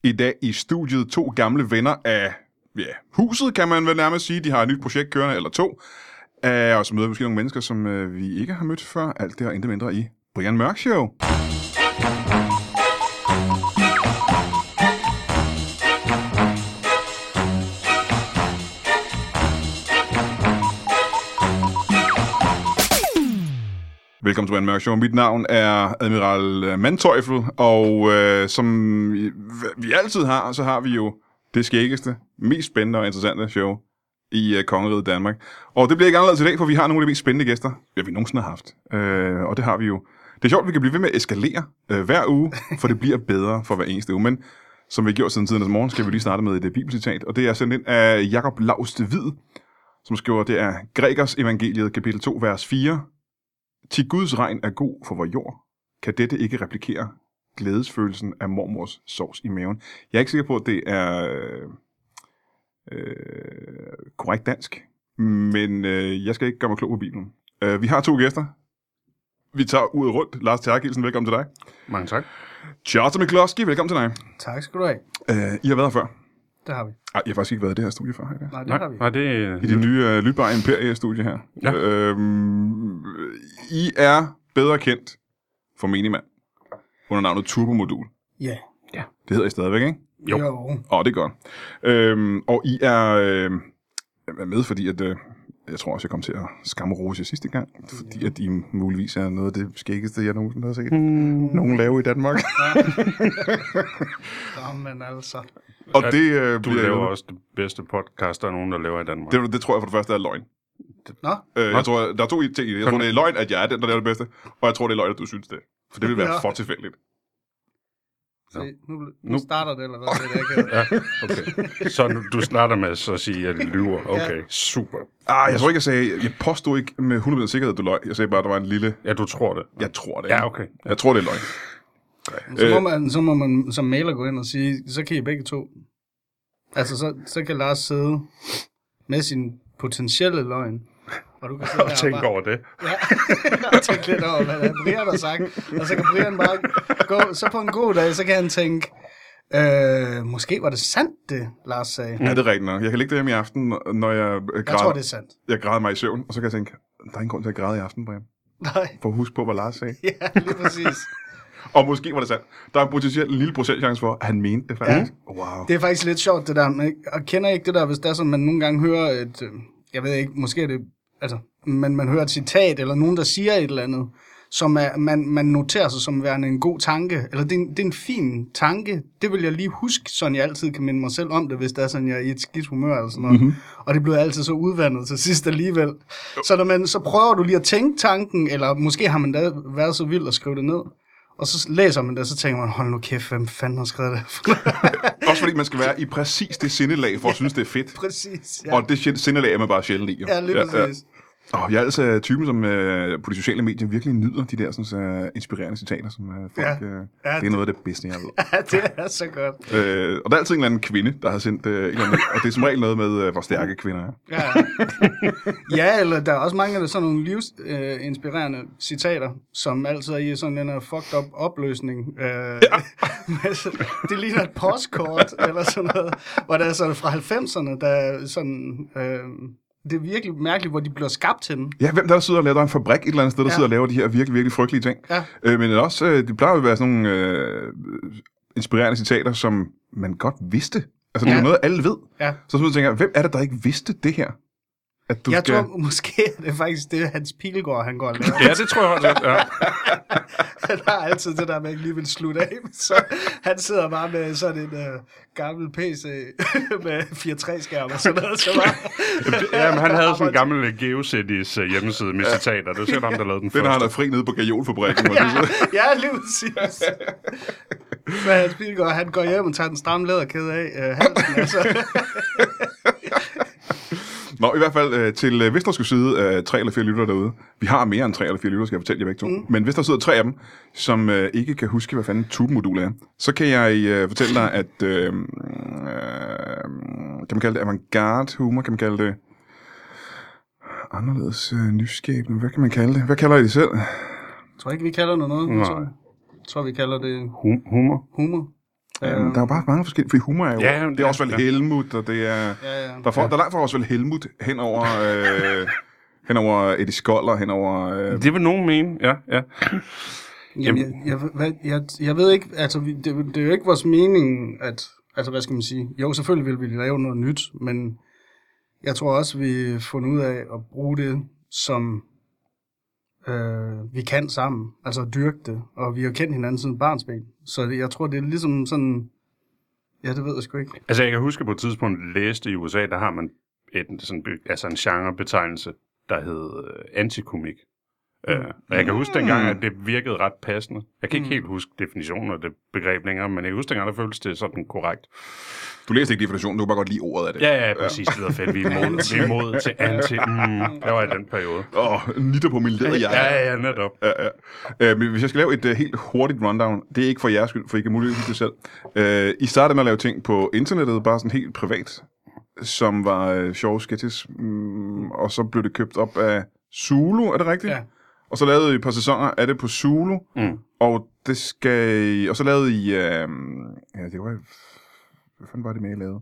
i dag i studiet 2 gamle venner af huset, kan man vel nærmest sige. De har et nyt projekt kørende, eller 2. Og så møder vi måske nogle mennesker, som vi ikke har mødt før. Alt det og intet mindre i Brian Mørk Show. Velkommen til Brian Mørk Show. Mit navn er Admiral Manteuffel, og som vi altid har, så har vi jo det skæggeste, mest spændende og interessante show i kongeriget Danmark. Og det bliver ikke anderledes i dag, for vi har nogle af de mest spændende gæster, vi nogensinde har haft. Og det har vi jo. Det er sjovt, at vi kan blive ved med at eskalere hver uge, for det bliver bedre for hver eneste uge. Men som vi har gjort siden tidens morgen, skal vi lige starte med et bibelcitat, og det er sendt ind af Jakob Laust Hvid, som skriver, det er Gregers evangeliet, kapitel 2, vers 4. Til Guds regn er god for vor jord, kan dette ikke replikere glædesfølelsen af mormors sovs i maven. Jeg er ikke sikker på, at det er korrekt dansk, men jeg skal ikke gøre mig klog på Bibelen. Vi har 2 gæster. Vi tager ud rundt. Lars Terkelsen, velkommen til dig. Mange tak. Charter McCloskey, velkommen til dig. Tak skal du have. I har været her før. Det har vi. Ej, jeg har faktisk ikke været i det her studie før. Nej, det har vi. Nej, det I det nye Lytbare Imperie-studie her. Ja. I er bedre kendt for menigmand under navnet Turbomodul. Ja. Det hedder I stadigvæk, ikke? Jo. Det er godt. Og I er med, fordi at jeg tror også, jeg kom til at skamrose sidste gang, fordi at I muligvis er noget af det skæggeste, jeg nogensinde har set. Nogen lave i Danmark. Jamen altså. Og det du laver også det bedste podcast, der er nogen, der laver i Danmark. Det tror jeg for det første er løgn. Nå? Jeg tror, der er 2 ting i det. Jeg tror, det er løgn, at jeg er den, der laver det bedste, og jeg tror, det er løgn, at du synes det. For det vil være for tilfældigt. Se, nu starter det allerede. Det ja, okay. Så du starter med at sige, at jeg lyver. Okay, super. Jeg tror ikke, jeg påstod ikke med 100% sikkerhed, at du løg. Jeg sagde bare, at der var en lille... Ja, du tror det. Jeg tror det. Ja, okay. Jeg tror, det er løgn. Så må man som mailer gå ind og sige, så kan I begge 2. Altså, så kan Lars sidde med sin potentielle løgn. Og du kan sidde og tænke over det. Ja, og tænke lidt over, hvad Brian har sagt. Og så kan Brian bare gå, så på en god dag, så kan han tænke, måske var det sandt, det Lars sagde. Ja, det er rigtigt nok. Jeg kan ligge derhjemme i aften, når jeg græder. Jeg tror, det er sandt. Jeg græder mig i søvn, og så kan jeg tænke, der er ingen grund til at græde i aften, Brian. Nej. For at huske på, hvad Lars sagde. Ja, lige præcis. Og måske var det sandt. Der er en potentielt lille procentchance for, at han mente det faktisk. Ja. Wow. Det er faktisk lidt sjovt, det der. Og kender ikke det der, hvis det er sådan, man nogle gange hører et, jeg ved ikke, måske er det, altså, man hører et citat, eller nogen, der siger et eller andet, som er, man noterer sig som værende en god tanke, eller det er en fin tanke, det vil jeg lige huske, sådan jeg altid kan minde mig selv om det, hvis det er sådan, jeg er i et skidt humør, eller sådan noget. Mm-hmm. Og det bliver altid så udvandet til sidst alligevel. Så prøver du lige at tænke tanken, eller måske har man da været så vild at skrive det ned, og så læser man det, og så tænker man, hold nu kæft, hvem fanden har skrevet det? Også fordi man skal være i præcis det sindelag, for at synes, det er fedt. Præcis, ja. Og det sindelag er man bare sjældent i. Ja, lige præcis. Jeg er altså typen, som på de sociale medier virkelig nyder de der sådan, inspirerende citater, som folk... det er noget af det bedste, jeg ved. Ja, det er så godt. Og der er altid en eller anden kvinde, der har sendt en eller anden, og det er som regel noget med, hvor stærke kvinder er. Ja, eller der er også mange af sådan nogle livsinspirerende citater, som altid er i sådan en fucked up opløsning. Det ligner et postkort, eller sådan noget, hvor der er sådan fra 90'erne, der er sådan... det er virkelig mærkeligt, hvor de bliver skabt til dem. Ja, hvem der sidder og laver? Der er en fabrik et eller andet sted, der sidder og laver de her virkelig, virkelig frygtelige ting. Ja. Men også, de plejer jo at være sådan nogle inspirerende citater, som man godt vidste. Altså, det er jo noget, alle ved. Ja. Så man tænker, hvem er det, der ikke vidste det her? At jeg tror måske, det er faktisk det, Hans Pilgaard, han går og laver. Ja, det tror jeg også. Ja. Han har altid det der med, at ikke lige vil slutte af. Så han sidder bare med sådan en gammel PC med 4.3-skærm og sådan noget. Ja, men han havde sådan en gammel GeoCities hjemmeside med citater. Det er sikkert ham, der lavede den første. Den har han fri nede på Gajolfabrikken. Ja, lige præcis. Men Hans Pilgaard, han går hjem og tager den stramme læderkæde af halsen. Altså. Nå, i hvert fald til, hvis der skulle sidde 3 eller 4 lyttere derude. Vi har mere end 3 eller 4 lyttere, skal jeg fortælle jer begge to. Men hvis der sidder 3 af dem, som ikke kan huske, hvad fanden tubemodul er, så kan jeg fortælle dig, at kan man kalde det avantgarde humor, kan man kalde det anderledes nyskabende, hvad kan man kalde det? Hvad kalder I det selv? Jeg tror ikke, vi kalder det noget. Jeg tror, vi kalder det humor. Humor. Der er jo bare mange forskellige, for humor er jo... Ja, det er også vel Helmut, og det er... Ja. Der er langt fra også vel Helmut hen over Eddie Skoller, hen over... Det vil nogen mene, ja. Jamen, jeg ved ikke, altså det er jo ikke vores mening, at, altså hvad skal man sige, jo selvfølgelig vil vi lave noget nyt, men jeg tror også, vi har fundet ud af at bruge det, som vi kan sammen, altså at dyrke det, og vi har kendt hinanden siden barnsben, så jeg tror, det er ligesom sådan, ja, det ved jeg sgu ikke. Altså jeg kan huske på et tidspunkt, læste i USA, der har man en genrebetegnelse, der hed antikomik. Og jeg kan huske dengang, at det virkede ret passende. Jeg kan ikke helt huske definitionen af det begreb længere, men jeg kan huske dengang, der føltes det sådan korrekt. Du læste ikke definitionen, du kunne bare godt lide ordet af det. Ja, præcis. Det var fedt. Vi er imod til anti. Jeg var i den periode. Nitter på min leder, jeg. Ja, netop. Ja. Hvis jeg skal lave et helt hurtigt rundown, det er ikke for jeres skyld, for I kan muligvis det selv. I startede med at lave ting på internettet, bare sådan helt privat, som var sjove sketches, og så blev det købt op af Zulu, er det rigtigt? Ja. Og så lavede I et par sæsoner af det på Zulu, og så lavede I, det var, hvad fanden var det med, I lavede?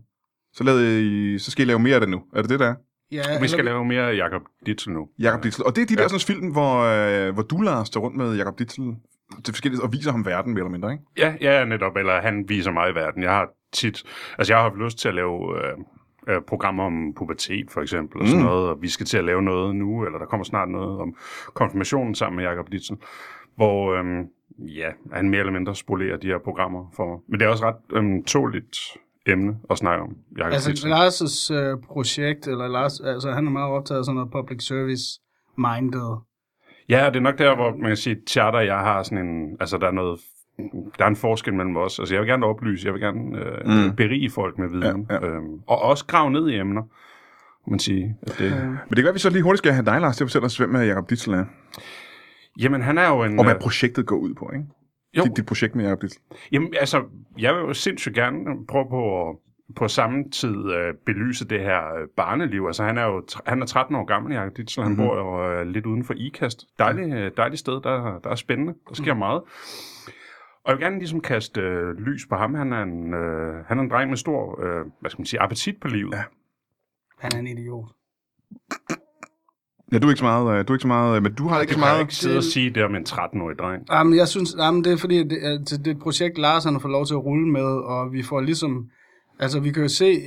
Så skal I lave mere af det nu. Er det det, der er? Ja, vi skal lave mere af Jacob Ditzel nu. Jacob Ditzel. Og det er de der sådan film, hvor du, Lars, står rundt med Jacob Ditzel til forskelligt, og viser ham verden, mere eller mindre, ikke? Ja, netop. Eller han viser mig verden. Jeg har haft lyst til at lave programmer om pubertet, for eksempel, og sådan noget, og vi skal til at lave noget nu, eller der kommer snart noget om konfirmationen sammen med Jacob Ditzel, hvor han mere eller mindre spolerer de her programmer for mig. Men det er også ret tåligt emne at snakke om, Jacob Ditzel. Lars' projekt, eller Lars, altså han er meget optaget af sådan noget public service minded. Ja, det er nok der, hvor man kan sige, Tjatter og jeg har sådan en, altså der er en forskel mellem os. Altså jeg vil gerne oplyse, jeg vil gerne berige folk med viden. Ja. Og også grave ned i emner, man sige. At det... Men det kan være, at vi så lige hurtigt skal have dig, Lars, til at fortælle os, hvem Jacob Ditzel er. Jamen han er jo en... Og hvad projektet går ud på, ikke? Jo. Dit projekt med Jacob Ditzel. Jamen altså, jeg vil jo sindssygt gerne prøve på samme tid belyse det her barneliv. Altså han er 13 år gammel, Jacob Ditzel. Han bor jo lidt uden for Ikast. Dejligt sted, der er spændende. Der sker meget. Og jeg vil gerne ligesom kaste lys på ham. Han er en dreng med stor, appetit på livet. Ja. Han er en idiot. Ja, du er ikke så meget, men du har ikke så meget... Jeg kan ikke sidde og sige det om en 13-årig dreng. Jamen, jeg synes, det er fordi, det er et projekt, Lars han har fået lov til at rulle med, og vi får ligesom... Altså, vi kan jo se...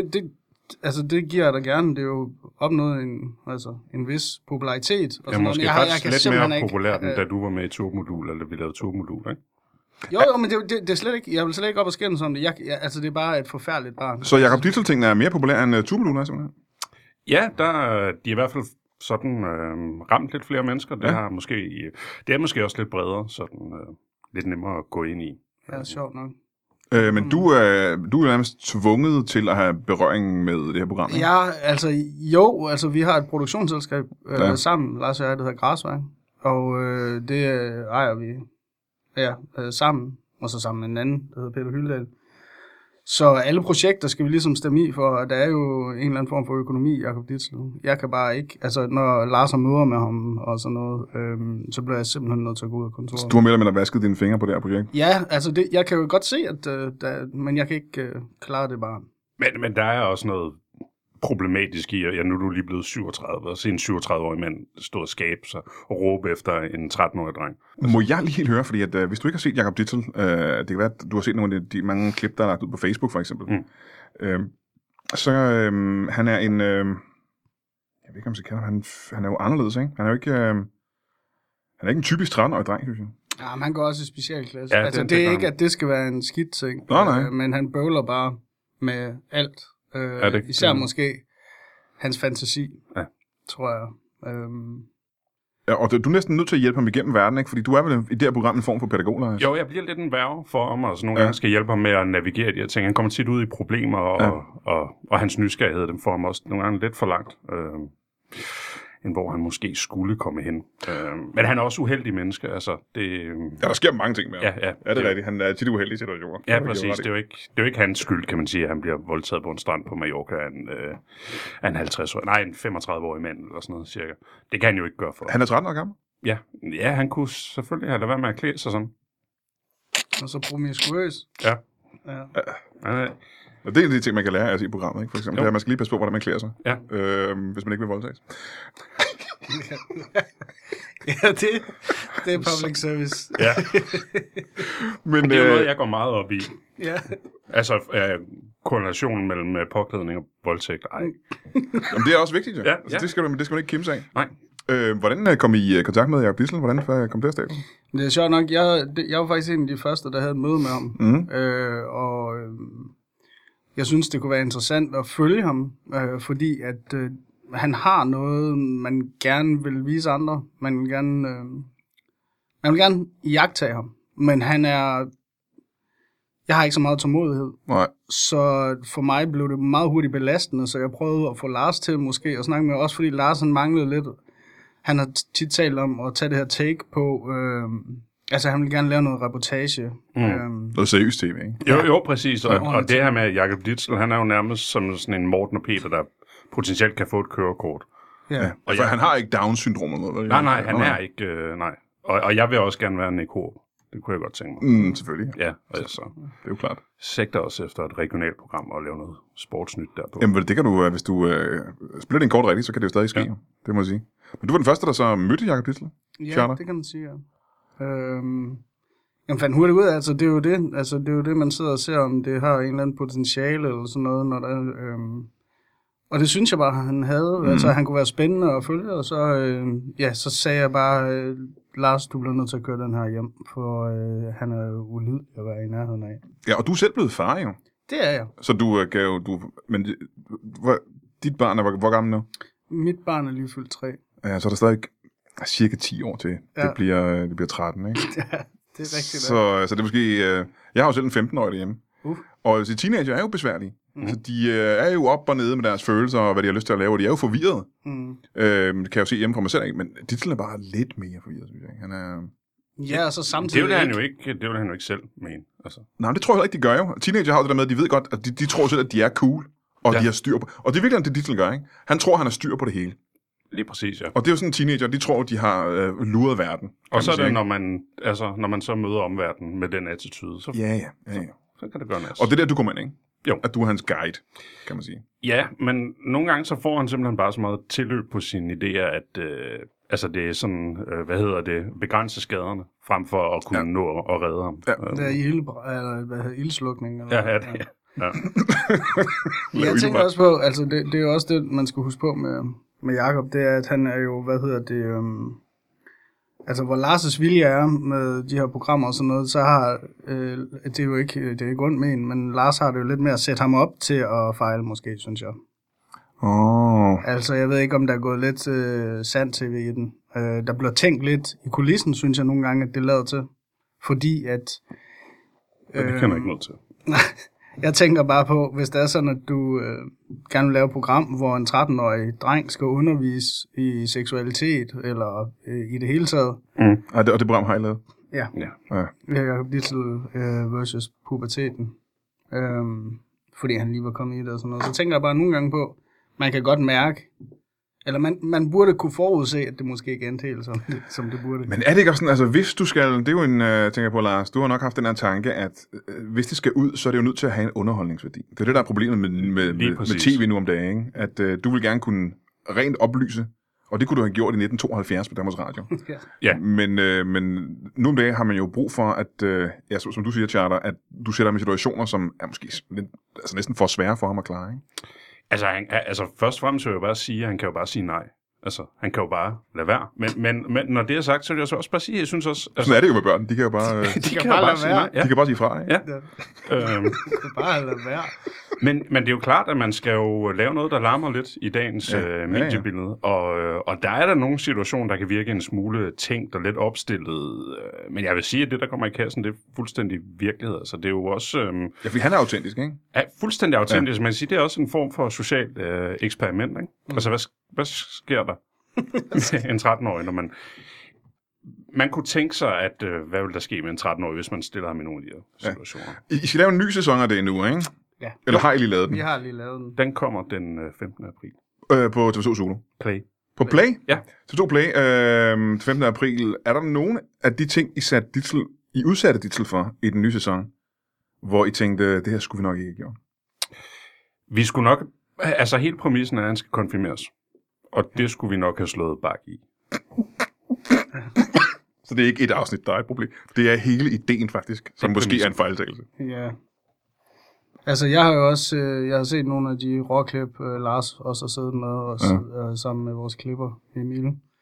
det giver jeg da gerne. Det er jo opnået en vis popularitet. Og ja, måske faktisk lidt mere populært, end da du var med i topmodul, eller vi lavede topmodul, ikke? Jo, men det er slet ikke... Jeg vil slet ikke op og skændes om det. Altså, det er bare et forfærdeligt barn. Så Jacob Ditzel-tingene er mere populære end topmodul, simpelthen? Ja, de er i hvert fald sådan ramt lidt flere mennesker. Det er måske også lidt bredere, sådan lidt nemmere at gå ind i. Ja, sjovt nok. Men du er nærmest tvunget til at have berøring med det her program, ikke? Ja, altså vi har et produktionsselskab sammen, Lars og jeg, der hedder Græsvej, og det ejer vi sammen, og så sammen med en anden, der hedder Peter Hyldal. Så alle projekter skal vi ligesom stemme i for, og der er jo en eller anden form for økonomi, Jacob Ditzel. Jeg kan bare ikke, altså når Lars har møder med ham og sådan noget, så bliver jeg simpelthen nødt til at gå ud af kontoret. Så du har mere eller mindre vasket dine fingre på det her projekt? Ja, altså jeg kan jo godt se, men jeg kan ikke klare det bare. Men der er også noget problematisk i, nu er du lige blevet 37, og se en 37-årig mand stå og skabe sig og råbe efter en 13-årig dreng. Må jeg lige helt høre, fordi at, hvis du ikke har set Jacob Ditzel, det kan være, at du har set nogle af de mange klip, der er lagt ud på Facebook for eksempel, så han er en, jeg ved ikke om jeg kender ham, han er jo anderledes, ikke? Han er jo ikke, han er ikke en typisk 13-årig dreng, synes jeg. Ja, men han går også i specialklasse. Ja, altså det er ikke, at det skal være en skidt ting, men han bøvler bare med alt. Især måske hans fantasi, tror jeg. Ja, og du er næsten nødt til at hjælpe ham igennem verden, ikke? Fordi du er vel i det her program en form for pædagog, Lars? Jo, jeg bliver lidt en værge for ham, og så nogle gange skal hjælpe ham med at navigere de her ting. Han kommer tit ud i problemer, og hans nysgerrighed, dem får ham også nogle gange lidt for langt, end hvor han måske skulle komme hen. Men han er også uheldig menneske, altså. Ja, der sker mange ting med ham. Ja, det er rigtigt. Han er tit uheldig i situationer. Ja, præcis. Det er jo ikke hans skyld, kan man sige, at han bliver voldtaget på en strand på Mallorca af en 35-årig mand, eller sådan noget, cirka. Det kan han jo ikke gøre for. Han er 13 år gammel? Ja, han kunne selvfølgelig have lade være med at klæde sig sådan. Og så promiskuøs. Ja. Ja. Og det er en af de ting, man kan lære af at se i programmet, ikke? For eksempel, det er, at man skal lige passe på, hvordan man klæder sig, hvis man ikke vil voldtages. Ja, det er public service. Ja. Men Det er jo noget, jeg går meget op i. Ja. Altså, korrelationen mellem påklædning og voldtægt. Ej. Jamen, det er også vigtigt, jo. Ja, Altså, det skal man ikke kimse af. Nej. Hvordan kom I i kontakt med Jacob Dissel? Hvordan kom det af staben? Det er sjovt nok. Jeg var faktisk en af de første, der havde et møde med ham. Jeg synes, det kunne være interessant at følge ham, fordi at han har noget, man gerne vil vise andre. Man vil gerne iagttage ham. Men jeg har ikke så meget tålmodighed. Nej. Så for mig blev det meget hurtigt belastende, så jeg prøvede at få Lars til måske at snakke med, også fordi Lars han manglede lidt. Han har tit talt om at tage det her take på, altså han vil gerne lave noget reportage. Noget seriøst tv, ikke? Jo, præcis. Og det her med Jacob Dissel, han er jo nærmest som sådan en Morten og Peter, der potentielt kan få et kørekort. Ja. Og han har ikke Down-syndrom eller noget. Nej, han er ikke, nej. Og jeg vil også gerne være en ekor. Det kunne jeg godt tænke mig. Selvfølgelig. Ja, altså. Det er jo klart. Sigter også efter et regionalt program og lave noget sportsnyt derpå. Jamen, det kan du, hvis du spiller din kort rigtigt, så kan det jo stadig ske. Ja. Det må jeg sige. Men du var den første, der så mødte Jacob Dissel? Ja, det kan man sige, ja. Jamen, fandt hurtigt ud af, altså det er jo det. Altså, det er jo det, man sidder og ser, om det har en eller anden potentiale eller sådan noget, når der og det synes jeg bare, han havde. Altså, han kunne være spændende at følge, og så sagde jeg bare, Lars, du bliver nødt til at køre den her hjem, for han er ulidelig at være i nærheden af. Ja, og du er selv blevet far, jo. Det er jeg. Så du kan jo... Men dit barn er hvor gammel nu? Mit barn er lige fyldt 3. Ja, så er der stadig cirka 10 år til. Ja. Det bliver 13, ikke? Ja, det er rigtigt. Så det er måske... jeg har jo selv en 15-årig derhjemme. Og teenager er jo besværlige. Så de er jo op og nede med deres følelser og hvad de har lyst til at lave, og de er jo forvirrede. Det kan jeg jo se hjemme fra mig selv, ikke? Men Dissel er bare lidt mere forvirret, synes jeg. Han er... Ja, og så samtidig... Det vil han jo ikke selv mene. Altså. Nej, men det tror jeg ikke, de gør jo. Teenager har det der med, at de ved godt, at de tror selv, at de er cool, og de har styr på... Og det er virkelig det, Dissel gør, ikke? Han tror, han har styr på det hele. Lige præcis, ja. Og det er jo sådan en teenager, de tror, de har luret verden. Og så er det, når man så møder omverdenen med den attitude, så... Ja. Så kan det gøre næst. Og det er der, du kommer ind, ikke? Jo. At du er hans guide, kan man sige. Ja, men nogle gange så får han simpelthen bare så meget tilløb på sine idéer, at det er sådan, begrænse skaderne, frem for at kunne nå at redde ham. Ja. Det er ildslukning. Eller Ja. Jeg tænker også på, altså det er jo også det, man skal huske på med Jacob, det er, at han er jo, altså hvor Lars' vilje er med de her programmer og sådan noget, så har det er jo ikke ondt med en, men Lars har det jo lidt mere at sætte ham op til at fejle måske, synes jeg. Altså jeg ved ikke, om der er gået lidt sand-tv i den. Der bliver tænkt lidt i kulissen, synes jeg nogle gange, at det er lavet til. Fordi at... det kan jeg ikke noget til. Jeg tænker bare på, hvis det er sådan, at du gerne vil lave et program, hvor en 13-årig dreng skal undervise i seksualitet, eller i det hele taget. Og det program har I lavet? Ja. Jacob Dissel versus puberteten. Fordi han lige var kommet i det og sådan noget. Så tænker jeg bare nogle gange på, man kan godt mærke, eller man burde kunne forudse, at det måske ikke endte helt, som det burde. Men er det ikke også sådan, altså hvis du skal, det er jo en, tænker jeg på, Lars, du har nok haft den her tanke, at hvis det skal ud, så er det jo nødt til at have en underholdningsværdi. Det er det, der er problemet med tv nu om dagen, ikke? At du vil gerne kunne rent oplyse, og det kunne du have gjort i 1972 på Danmarks Radio. Ja. Men nu om dagen har man jo brug for, at, som du siger, Charter, at du sætter ham i situationer, som er måske næsten for svære for ham at klare, ikke? Altså, først og fremmest vil jeg bare sige, at han kan jo bare sige nej. Altså, han kan jo bare lade være. Men når det er sagt, så vil jeg så også bare sige, jeg synes også... Altså, sådan er det jo med børn. De kan jo bare... de kan bare lade være. Ja. De kan bare sige fra, ikke? Ja. De kan bare lade være. Men det er jo klart, at man skal jo lave noget, der larmer lidt i dagens mediebillede. Og der er der nogle situationer, der kan virke en smule tænkt og lidt opstillet. Men jeg vil sige, at det, der kommer i kassen, det er fuldstændig virkelighed. Altså, det er jo også... Ja, fordi han er autentisk, ikke? Ja, fuldstændig autentisk. Ja. Man kan sige, det er også en form for socialt eksperiment, ikke? Altså, hvad sker der med en 13-årig, når man... Man kunne tænke sig, at hvad vil der ske med en 13-årig, hvis man stiller ham i nogle af de her situationer. Ja. I skal lave en ny sæson af det nu, ikke? Ja. Eller har I lige lavet den? Vi har lige lavet den. Den kommer den 15. april. På TV2 Zulu? Play. På Play? Ja. TV2 Play, 15. april. Er der nogen af de ting, I udsatte Dissel for i den nye sæson? hvor I tænkte, det her skulle vi nok ikke have gjort? Vi skulle nok... Altså, hele præmissen er, at han skal konfirmeres. Og det skulle vi nok have slået bak i. Så det er ikke et afsnit, der er et problem. Det er hele ideen faktisk, som måske er en fejltagelse. Ja. Altså, jeg har jo også jeg har set nogle af de råklip, Lars også har siddet med, og sammen med vores klipper, Emil.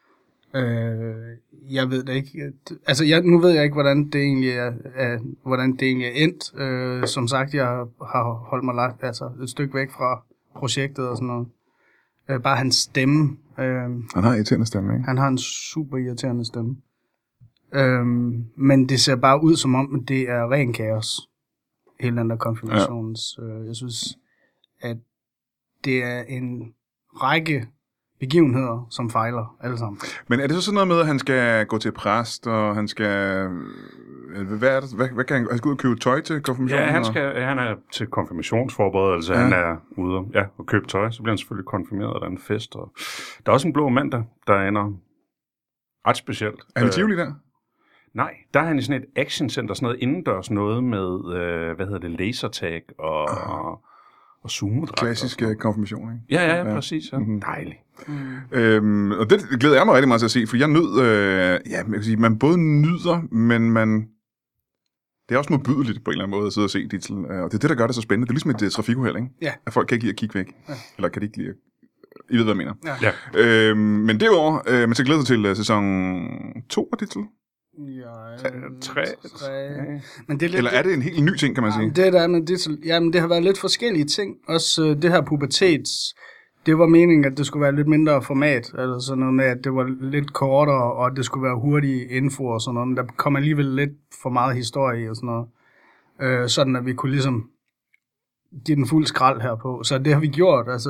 Jeg ved det ikke. Altså, nu ved jeg ikke, hvordan det egentlig er endt. Som sagt, jeg har holdt mig et stykke væk fra projektet og sådan noget. Bare hans stemme. Han har irriterende stemme, ikke? Han har en super irriterende stemme. Men det ser bare ud som om, det er ren kaos. Hele den der konfirmations. Jeg synes, at det er en række begivenheder, som fejler alle sammen. Men er det så sådan noget med, at han skal gå til præst, og han skal... Hvad er det? Hvad kan han skal ud og købe tøj til konfirmationen? Ja, han er til konfirmationsforberedelse. Ja. Han er ude og købe tøj. Så bliver han selvfølgelig konfirmeret, og der er en fest. Og der er også en blå mandag, der ender ret specielt. Er han i Tivoli der? Nej, der er han i sådan et actioncenter, sådan noget indendørs noget med, lasertag og zoomedragt. Klassisk konfirmation, ikke? Ja, præcis. Ja. Mm-hmm. Dejligt. Og det glæder jeg mig rigtig meget til at se, for jeg nød, man kan sige, man både nyder, men man... Det er også modbydeligt på en eller anden måde at sidde og se titlen, og det er det, der gør det så spændende. Det er ligesom et trafikuheld, ikke? Ja. At folk kan ikke lide at kigge væk. Ja. Eller kan de ikke lide at... I ved, hvad jeg mener. Ja. Men derudover, man skal glæde sig til sæson 2 af titlen. Ja, 3. Men det er lidt, eller er det en helt ny ting, kan man sige? Det der med det har været lidt forskellige ting. Også det her pubertets, det var meningen, at det skulle være lidt mindre format, altså sådan noget med, at det var lidt kortere, og at det skulle være hurtige info og sådan noget, men der kom alligevel lidt for meget historie i og sådan noget. Sådan at vi kunne ligesom give den fuld skrald herpå. Så det har vi gjort, altså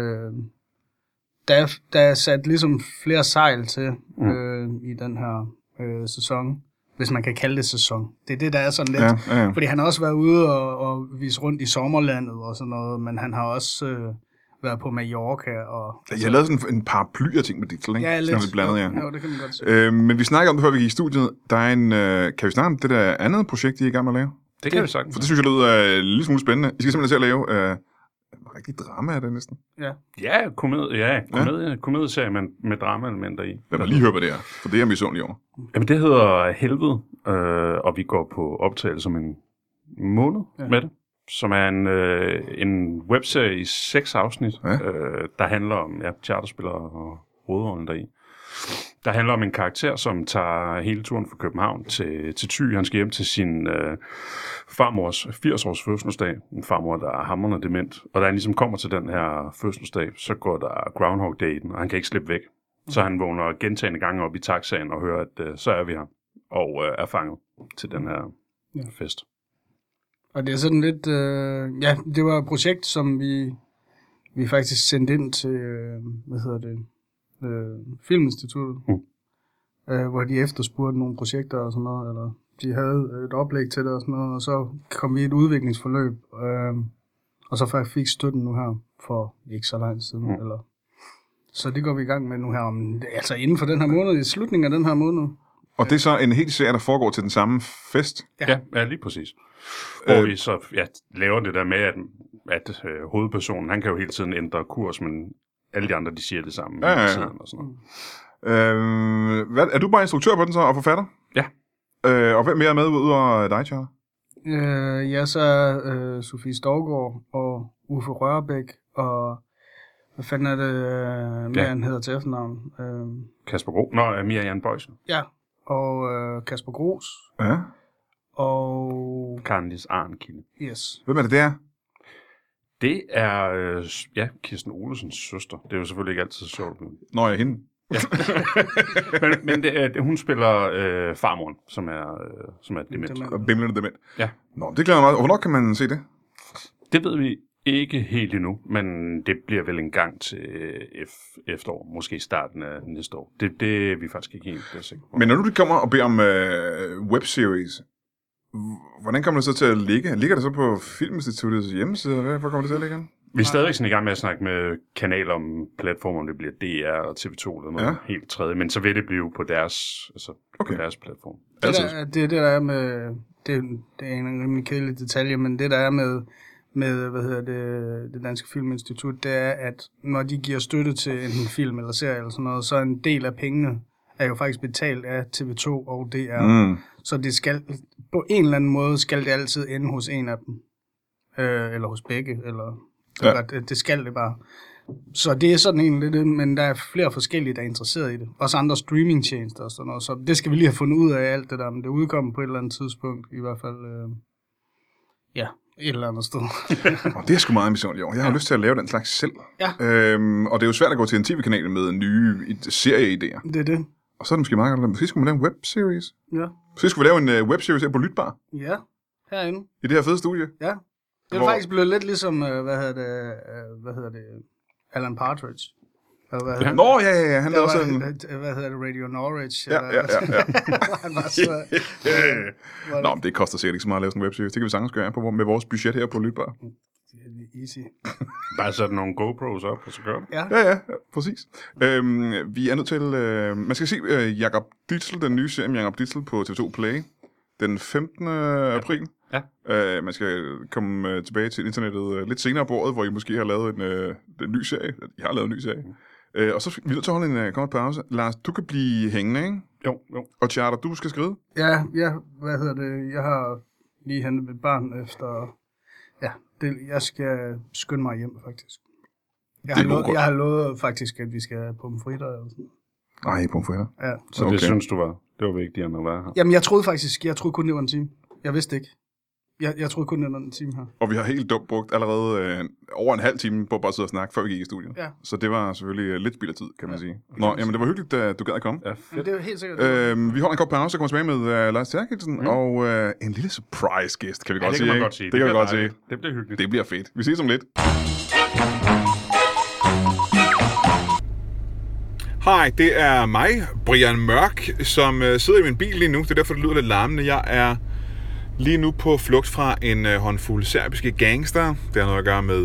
der er sat ligesom flere sejl til i den her sæson, hvis man kan kalde det sæson. Det er det, der er sådan lidt. Ja. Fordi han har også været ude og vise rundt i sommerlandet og sådan noget, men han har også været på Mallorca. Jeg lavede sådan en paraply af ting med Ditzel, ikke? Ja, lidt. Blandet, ja. Jo, det kan man godt se. Men vi snakker om det, før vi gik i studiet. Der er en... kan vi snakke om det der andet projekt, I er i gang med at lave? Det kan vi sagtens. For det synes jeg lyder en lille smule spændende. I skal simpelthen til at lave... rigtig drama er det næsten. Ja, komedieserie med drama-elementer i. Lad mig lige høre, hvad det er, for det er misundelig over. Jamen, det hedder Helvede, og vi går på optagelse om en måned med det, som er en webserie i 6 afsnit, der handler om charterspillere og hovedrollen deri. Der handler om en karakter, som tager hele turen fra København til Thy. Han skal hjem til sin farmors 80-års fødselsdag. En farmor, der er hamrende dement. Og da han ligesom kommer til den her fødselsdag, så går der Groundhog Day i den, og han kan ikke slippe væk. Så han vågner gentagne gange op i taxaen og hører, at så er vi her. Og er fanget til den her fest. Og det er sådan lidt... det var et projekt, som vi faktisk sendte ind til... Filminstituttet, hvor de efterspurgte nogle projekter og sådan noget, eller de havde et oplæg til det og sådan noget, og så kom vi i et udviklingsforløb, og så fik støtten nu her for ikke så lang tid siden. Så det går vi i gang med nu her, altså inden for den her måned, i slutningen af den her måned. Og det er så en helt serie, der foregår til den samme fest? Ja, lige præcis. Hvor vi så laver det der med, at hovedpersonen, han kan jo hele tiden ændre kurs, men alle de andre, de siger det samme. Ja. Og sådan noget. Er du bare instruktør på den så, og forfatter? Ja. Og hvem mere er med ud over dig, Charlie? Så er Sofie Storgård og Uffe Rørbæk, og hvad fanden er det, han hedder til efternavn? Kasper Gros. Mia Jan Bøjsen. Ja, og Kasper Gros. Ja. Og... Karnlis Arnkilde. Yes. Hvem er det der? Det er Kirsten Olesens søster. Det er jo selvfølgelig ikke altid så sjovt. Nå, jeg hende. Ja. men hun spiller farmoren, som er dement. Og bimlende dement. Ja. Nå, det glæder mig meget. Hvornår kan man se det? Det ved vi ikke helt endnu, men det bliver vel en gang til efterår. Måske starten af næste år. Det er vi faktisk ikke helt sikre på. Men når du kommer og beder om webseries, hvordan kommer det så til at ligge? Ligger det så på Filminstituttets hjemmeside? Hvor kommer det til at ligge? Vi er stadig sådan i gang med at snakke med kanaler om platformer, om det bliver DR og TV2 eller noget helt tredje, men så vil det blive på deres, på deres platform. Det er det, der er med det er en rimelig kedelig detalje, men det der er med det Danske Filminstitut, det er, at når de giver støtte til en film eller serie eller sådan noget, så en del af pengene er jo faktisk betalt af TV2 og DR. Så det skal, på en eller anden måde, skal det altid ende hos en af dem. Eller hos begge, eller det skal det bare. Så det er sådan egentlig det, men der er flere forskellige, der er interesseret i det. Også andre streamingtjenester og sådan noget, så det skal vi lige have fundet ud af alt det der, men det udkommer på et eller andet tidspunkt, i hvert fald, et eller andet sted. Det er sgu meget misundelig år. Jeg har lyst til at lave den slags selv. Ja. Og det er jo svært at gå til en tv-kanal med nye serieidéer. Det er det. Og så er det måske meget godt. Måske skulle man lave en webseries. Ja. Måske skulle vi lave en webseries her på Lytbar. Ja, herinde. I det her fede studie. Ja. Det er faktisk blevet lidt ligesom, hvad hedder det, Alan Partridge. Nå, ja. Han lavede også en... Hvad hedder det, Radio Norwich? Ja. Han var så... Nå, men det koster sikkert ikke så meget at lave sådan en webseries. Det kan vi sagtens gøre med vores budget her på Lytbar. Easy. Bare sætte nogle GoPros op, og så gør det. Ja, præcis. Vi er nødt til... man skal se Jakob Ditzel, den nye serie med Jakob Ditzel på TV2 Play, den 15. april. Ja. Man skal komme tilbage til internettet lidt senere på året, hvor I måske har lavet en ny serie. I har lavet en ny serie. Og så er vi nødt til at holde en kort pause. Lars, du kan blive hængende, ikke? Jo. Og Charter, du skal skrive? Ja, jeg har lige hentet mit barn efter... Ja, jeg skal skynde mig hjem, faktisk. Jeg har lovet faktisk, at vi skal pomfritter eller sådan. Nej, pomfritter? Ja. Så okay. Det synes du det var vigtigt at være her? Jamen, jeg troede kun, det var en time. Jeg vidste ikke. Jeg troede kun, det var en time her. Og vi har helt dumt brugt allerede over en halv time på at bare sidde og snakke, før vi gik i studiet. Ja. Så det var selvfølgelig lidt spild af tid, kan man sige. Nå, jamen det var hyggeligt, at du gad at komme. Ja, fedt. Det er helt sikkert. Vi holder en kort pause og kommer tilbage med Lars Terkelsen og en lille surprise-gæst, kan vi godt sige. Det kan man godt sige. Det kan vi godt sige. Det bliver hyggeligt. Det bliver fedt. Vi ses om lidt. Hej, det er mig, Brian Mørk, som sidder i min bil lige nu. Det er derfor, det lyder lidt larmende. Jeg er lige nu på flugt fra en håndfuld serbiske gangster. Det har noget at gøre med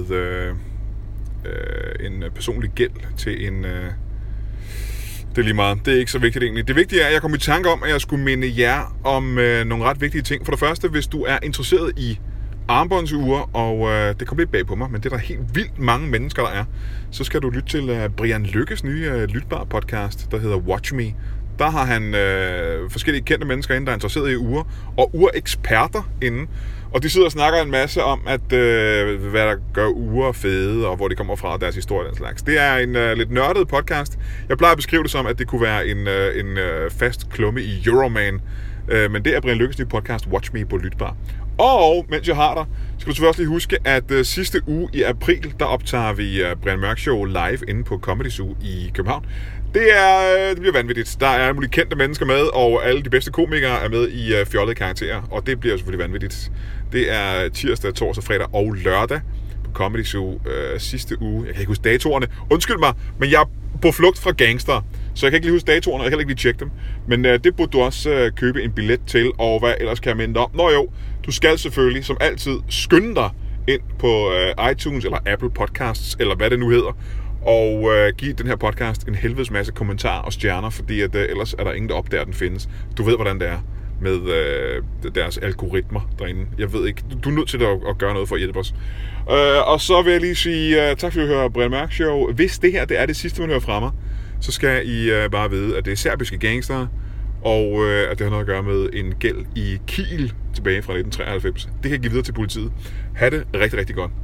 en personlig gæld til en... Det er lige meget. Det er ikke så vigtigt egentlig. Det vigtige er, at jeg kom i tanke om, at jeg skulle minde jer om nogle ret vigtige ting. For det første, hvis du er interesseret i armbåndsure, og det kommer lidt bag på mig, men det er der helt vildt mange mennesker, der er, så skal du lytte til Brian Lykkes nye lytbar podcast, der hedder Watch Me. Der har han forskellige kendte mennesker inde, der er interesseret i ure, og ureksperter inde. Og de sidder og snakker en masse om, at hvad der gør ure fede, og hvor de kommer fra, og deres historie og den slags. Det er en lidt nørdet podcast. Jeg plejer at beskrive det som, at det kunne være en fast klumme i Euroman. Men det er Brian Lykkes nye podcast, Watch Me på Lytbar. Og mens jeg har dig, skal du selvfølgelig også lige huske, at sidste uge i april, der optager vi Brian Mørk Show live inde på Comedy Zoo i København. Det bliver vanvittigt. Der er mulige kendte mennesker med, og alle de bedste komikere er med i fjollede karakterer, og det bliver selvfølgelig vanvittigt. Det er tirsdag, torsdag, fredag og lørdag på Comedy Zoo sidste uge. Jeg kan ikke huske datorerne. Undskyld mig, men jeg er på flugt fra gangster, så jeg kan ikke lige huske datorerne, og jeg kan ikke lige tjekke dem. Men det burde du også købe en billet til, og hvad ellers kan jeg minde om? Nå jo, du skal selvfølgelig som altid skynde dig ind på iTunes eller Apple Podcasts, eller hvad det nu hedder, og give den her podcast en helvedes masse kommentarer og stjerner, fordi at, ellers er der ingen, der opdager, at den findes. Du ved, hvordan det er med deres algoritmer derinde. Jeg ved ikke, du er nødt til at gøre noget for at hjælpe os. Og så vil jeg lige sige tak, fordi du hører Brian Mørk Show. Hvis det her det er det sidste, man hører fra mig, så skal I bare vide, at det er serbiske gangster, og at det har noget at gøre med en gæld i Kiel tilbage fra 1993. Det kan jeg give videre til politiet. Ha' det rigtig, rigtig godt.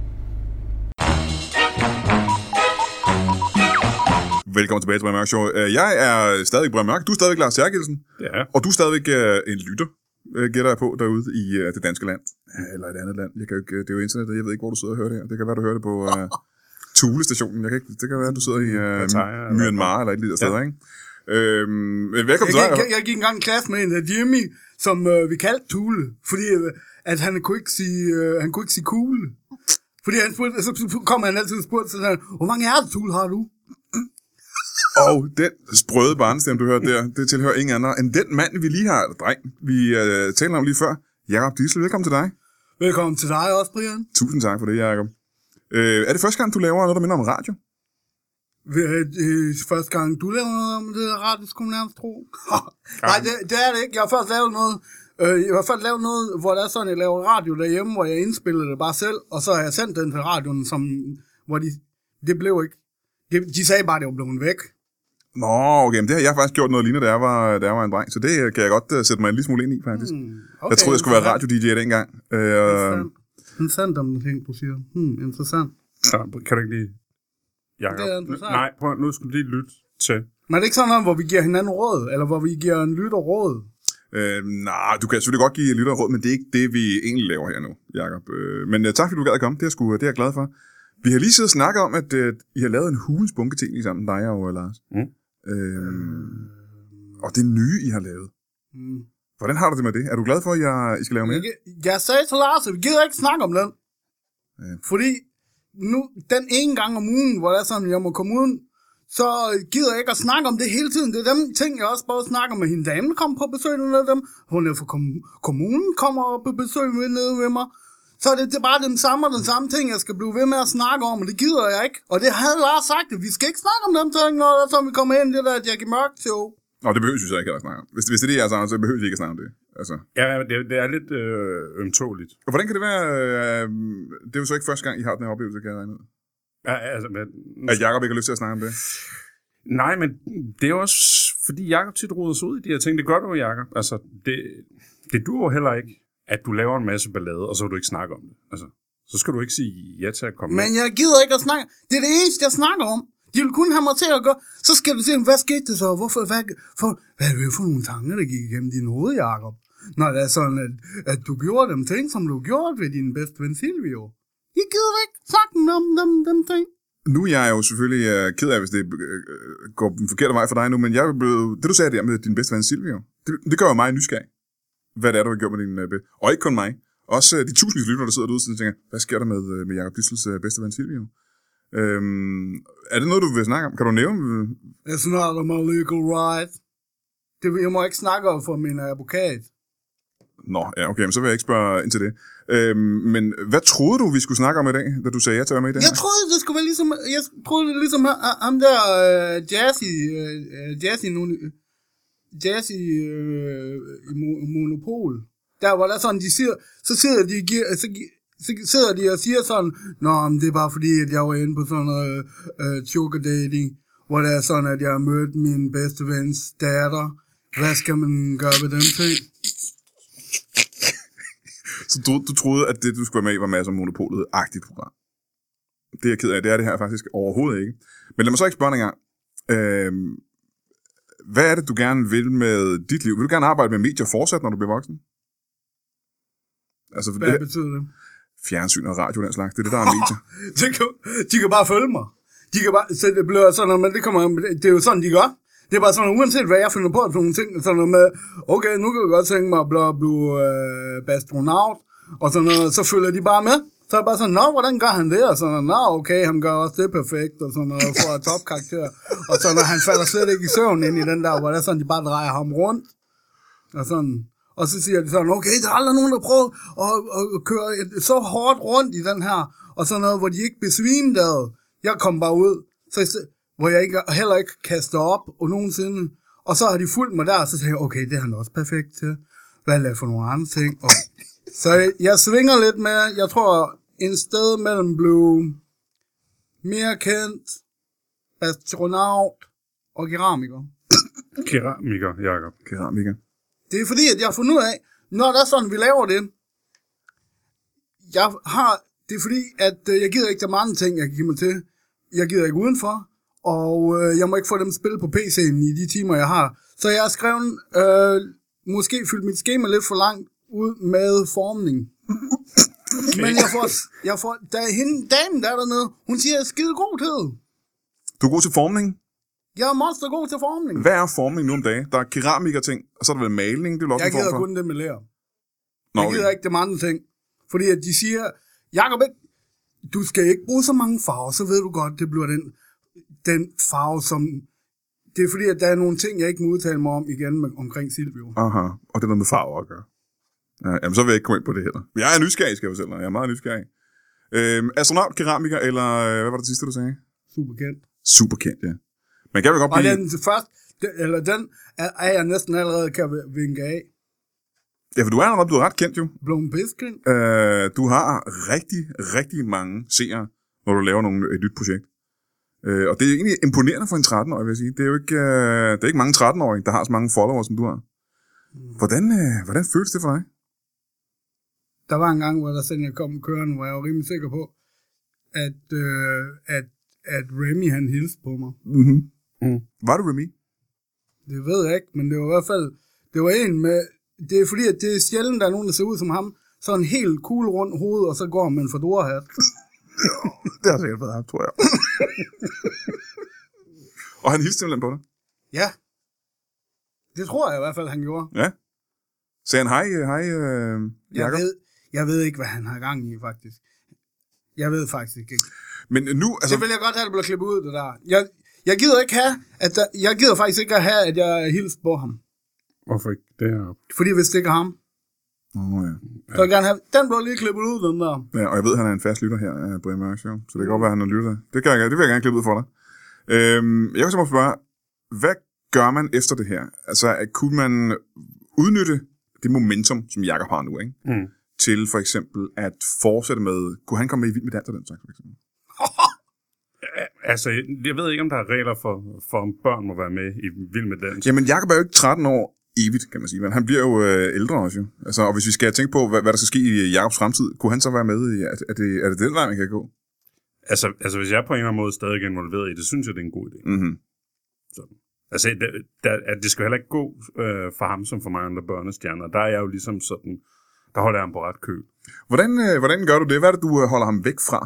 Velkommen tilbage til Brian Mørk Show. Jeg er stadig Brian Mørk, du er stadig Lars Terkelsen, ja. Og du er stadig en lytter, gætter jeg på, derude i det danske land. Eller et andet land. Jeg kan jo ikke, det er jo internettet, jeg ved ikke, hvor du sidder og hører det her. Det kan være, du hører det på Thule-stationen. Det kan være, du sidder i Myanmar eller et lille sted, ikke? Velkommen til dig. Jeg gik engang i klasse med en af Jimmy, som vi kaldte Thule, fordi at han kunne ikke sige kugle. Fordi han spurgte, så kom han altid og spurgte sådan, hvor mange Thule har du? Og den sprøde barnestemme, du hørte der, det tilhører ingen andre end den mand, vi lige har, eller dreng, vi talte om lige før. Jakob Ditzel, velkommen til dig. Velkommen til dig også, Brian. Tusind tak for det, Jakob. Er det første gang, du laver noget, der minder om radio? Første gang, du laver noget om det radio, skulle man nærmest tro. Nej, det er det ikke. Jeg har først lavet noget I hvert fald lave noget, hvor der er sådan, jeg laver radio derhjemme, hvor jeg indspillede det bare selv, og så har jeg sendt den til radioen, hvor det blev ikke. De sagde bare, at det var blevet væk. Nå, okay, men det har jeg faktisk gjort noget lignende, da jeg var en dreng, så det kan jeg godt sætte mig en lille smule ind i, faktisk. Okay, jeg troede, jeg skulle være radio-DJ dengang. Interessant om den ting, du siger. Interessant. Ja, kan du ikke lige... Jacob? Nej, prøv, nu skal du lige lytte til. Men er det ikke sådan noget, hvor vi giver hinanden råd, eller hvor vi giver en lytter råd? Nej, du kan selvfølgelig godt give lytter råd, men det er ikke det, vi egentlig laver her nu, Jacob. Men tak, fordi du gad at komme. Det er jeg glad for. Vi har lige siddet og snakket om, at I har lavet en hulens bunke ting sammen, dig og Lars. Og det nye, I har lavet. Hvordan har du det med det? Er du glad for, at I skal lave mere? Jeg sagde til Lars, at vi gider ikke snakke om den. Ja. Fordi nu, den ene gang om ugen, hvor det er sådan, jeg må komme ud, så gider jeg ikke at snakke om det hele tiden. Det er dem ting, jeg også bare snakker med hende dame, der kommer på besøg med dem. Hun er fra kommunen, kommer på besøg nede ved mig. Så det er bare den samme ting, jeg skal blive ved med at snakke om, og det gider jeg ikke. Og det havde Lars sagt, at vi skal ikke snakke om dem ting, når vi kommer ind i det der Jackie Mørk show. Nå, det behøver jeg ikke at snakke om. Hvis det er det, jeg siger, så behøver vi ikke at snakke om det. Altså. Ja, det er lidt ømtåligt. Og hvordan kan det være, det er jo så ikke første gang, I har den her oplevelse, kan jeg regne ud? Ja, altså, men... At Jacob ikke har lyst til at snakke om det? Nej, men det er også, fordi Jacob tit roder sig ud i de her ting. Det gør du jo, Jacob. Altså, det duer heller ikke, at du laver en masse ballade, og så vil du ikke snakke om det. Altså, så skal du ikke sige ja til at komme Men jeg gider ikke at snakke. Det er det eneste, jeg snakker om. De vil kun have mig til at gøre. Så skal du se, hvad skete det så? Hvad er det for nogle tanker, der gik igennem din hoved, Jacob? Når det er sådan, at du gjorde dem ting, som du gjorde ved din bedste ven Silvio. Jeg gider ikke snakke om dem ting. Nu er jeg jo selvfølgelig ked af, hvis det går den forkerte vej for dig nu, men det du sagde der med din bedste ven Silvio, det gør jo mig nysgerrig. Hvad det er, du har gjort med din og ikke kun mig. Også de tusindvis lyttere, der sidder derude, og tænker, hvad sker der med Jacob Dissels bedste ven Silvio? Er det noget, du vil snakke om? Kan du nævne? It's not my legal right. Jeg må ikke snakke om for min advokat. Nå, ja, okay, men så vil jeg ikke spørge ind til det. Men hvad troede du, vi skulle snakke om i dag, da du sagde ja til at være med i det her? Jeg troede, det skulle være ligesom, ham der Jazzy i Monopol. Der hvor der er sådan, så sidder de og siger sådan, nå, men det er bare fordi, at jeg var inde på sådan noget sugar dating, hvor det er sådan, at jeg har mødt min bedste vens datter. Hvad skal man gøre ved den ting? Så du troede, at det, du skulle være med i, var masser af Monopolet-agtigt program? Det er jeg ked af. Det er det her faktisk overhovedet ikke. Men lad mig så ikke spørge en gang. Hvad er det, du gerne vil med dit liv? Vil du gerne arbejde med medier fortsat, når du bliver voksen? Altså, hvad betyder det? Fjernsyn og radio, den slags. Det er det, der er medier. De kan bare følge mig. De kan bare, så det bliver sådan, men det er jo sådan, de gør. Det er bare sådan, uanset hvad jeg finder på, sådan nogle ting, sådan noget med, okay, nu kan jeg godt tænke mig at blive astronaut, og sådan noget, så følger de bare med. Så er det bare sådan, nå, hvordan gør han det? Og sådan, nå, okay, han gør også det perfekt, og sådan noget, får et topkarakter. Og så når han falder slet ikke i søvn ind i den der, hvor det er sådan, de bare drejer ham rundt. Og sådan, og så siger de sådan, okay, der er aldrig nogen, der prøver at køre så hårdt rundt i den her, og sådan noget, hvor de ikke besvimede. Jeg kom bare ud, hvor jeg heller ikke kaster op og nogensinde. Og så har de fulgt mig der, og så sagde jeg, okay, det er han også perfekt til. Hvad er det for nogle andre ting? Og så jeg svinger lidt med, jeg tror, en sted mellem blev mere kendt, astronaut og keramiker. Keramiker, Jacob. Keramiker. Det er fordi, at jeg har fundet ud af, når der er sådan, vi laver det, det er fordi, at jeg gider ikke, der mange ting, jeg kan give mig til. Jeg gider ikke udenfor, og jeg må ikke få dem spillet på PC'en i de timer, jeg har. Så jeg har skrevet, måske fyldt mit skema lidt for langt ud med formning. Okay. Men jeg får der er hende, damen der dernede, hun siger, jeg er skide god til. Du er god til formning? Jeg er monster god til formning. Hvad er formning nu om dagen? Der er keramiker-ting, og så er der vel maling, det er også jeg gider kun det med lærer. Jeg gider ikke dem andre ting. Fordi at de siger, Jacob, du skal ikke bruge så mange farver, så ved du godt, det bliver den farve, som... Det er fordi, at der er nogle ting, jeg ikke må udtale mig om igen omkring Silvio. Aha, og det er noget med farver at gøre. Ja, jamen, så vil jeg ikke komme ind på det heller. Men jeg er nysgerrig, skal jeg fortælle dig. Jeg er meget nysgerrig. Astronaut, keramiker, eller hvad var det sidste, du sagde? Superkendt. Superkendt, ja. Men kan vi godt blive... Og den er jeg næsten allerede kan vinke af. Ja, for du er allerede blevet ret kendt jo. Blevet piskendt. Du har rigtig, rigtig mange seere, når du laver et nyt projekt. Og det er egentlig imponerende for en 13-årig, vil jeg sige. Det er jo ikke, det er ikke mange 13-årige, der har så mange followers, som du har. Hvordan føles det for dig? Der var en gang, hvor der sendte jeg kom kørende, hvor jeg var rimelig sikker på, at Remy han hilste på mig. Mm-hmm. Var det Remy? Det ved jeg ikke, men det var i hvert fald, det var en med, det er fordi, at det er sjældent, der er nogen, der ser ud som ham, så en helt cool rundt hoved, og så går han med en fedora-hat. Det har sikkert været ham, tror jeg. Og han hilste simpelthen på dig? Ja. Det tror jeg i hvert fald, han gjorde. Ja. Sagde han hej, Jacob? Jeg ved ikke, hvad han har gang i, faktisk. Jeg ved faktisk ikke. Men nu, altså... Det vil jeg godt have, at det bliver klippet ud, det der. Jeg gider ikke have, jeg gider faktisk ikke at have, at jeg hilser på ham. Hvorfor ikke? Det er... Fordi hvis det ikke er ham, ja. så vil jeg gerne have, den bliver lige klippet ud, den der. Ja, og jeg ved, at han er en fast lytter her af Brian Mørk Show, så det kan godt være, at han har lyttet. Det vil jeg gerne klippe ud for dig. Jeg kan simpelthen spørge, hvad gør man efter det her? Altså, kunne man udnytte det momentum, som Jacob har nu, ikke? Til for eksempel at fortsætte med, kunne han komme med i Vild med Dans og den slags, for eksempel? Altså, jeg ved ikke, om der er regler for om børn må være med i Vild med Dans. Jamen, Jacob er jo ikke 13 år evigt, kan man sige, men han bliver jo ældre også jo. Altså, og hvis vi skal tænke på, hvad der skal ske i Jacobs fremtid, kunne han så være med i, er det den vej, man kan gå? Altså, hvis jeg på en eller anden måde stadig er involveret i det, synes jeg, det er en god idé. Mm-hmm. Så. Altså, at det skal heller ikke gå for ham som for mange andre børnestjerner. Der er jeg jo ligesom sådan, der holder jeg ham på ret køl. Hvordan gør du det? Hvad er det, du holder ham væk fra?